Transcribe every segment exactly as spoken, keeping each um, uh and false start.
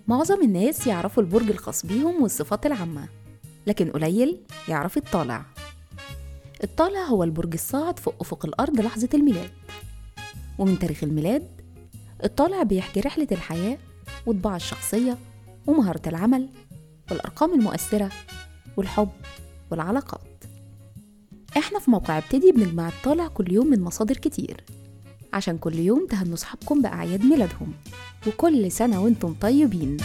معظم الناس يعرفوا البرج الخاص بيهم والصفات العامة، لكن قليل يعرف الطالع. الطالع هو البرج الصاعد فوق أفق الأرض لحظة الميلاد، ومن تاريخ الميلاد الطالع بيحكي رحلة الحياة وطباع الشخصية ومهارة العمل والأرقام المؤثرة والحب والعلاقات. احنا في موقع ابتدي بنجمع الطالع كل يوم من مصادر كتير، عشان كل يوم تهنوا صحابكم بأعياد ميلادهم، وكل سنة وانتم طيبين.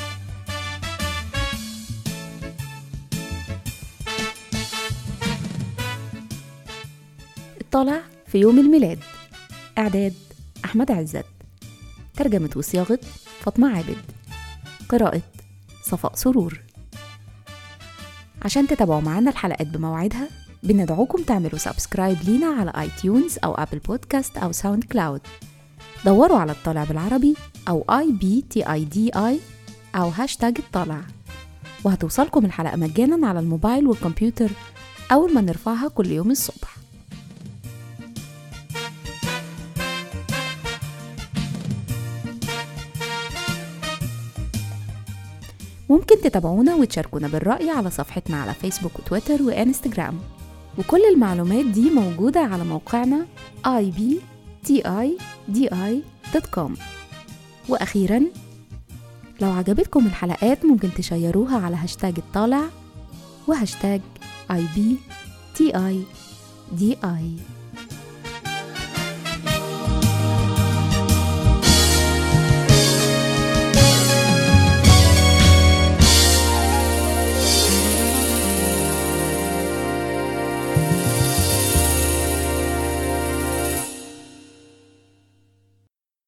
الطالع في يوم الميلاد، إعداد أحمد عزت، ترجمة وصياغة فاطمة عابد، قراءة صفاء سرور. عشان تتابعوا معنا الحلقات بمواعيدها بندعوكم تعملوا سبسكرايب لينا على آي تيونز أو أبل بودكاست أو ساوند كلاود. دوروا على الطالع بالعربي أو آي بي تي آي دي آي أو هاشتاج الطالع، وهتوصلكم الحلقة مجانا على الموبايل والكمبيوتر أول ما نرفعها كل يوم الصبح. ممكن تتابعونا وتشاركونا بالرأي على صفحتنا على فيسبوك وتويتر وإنستجرام، وكل المعلومات دي موجودة على موقعنا آي بي تي آي دي آي دوت كوم. وأخيراً، لو عجبتكم الحلقات ممكن تشيروها على هاشتاج الطالع وهاشتاج آي بي تي آي دي آي.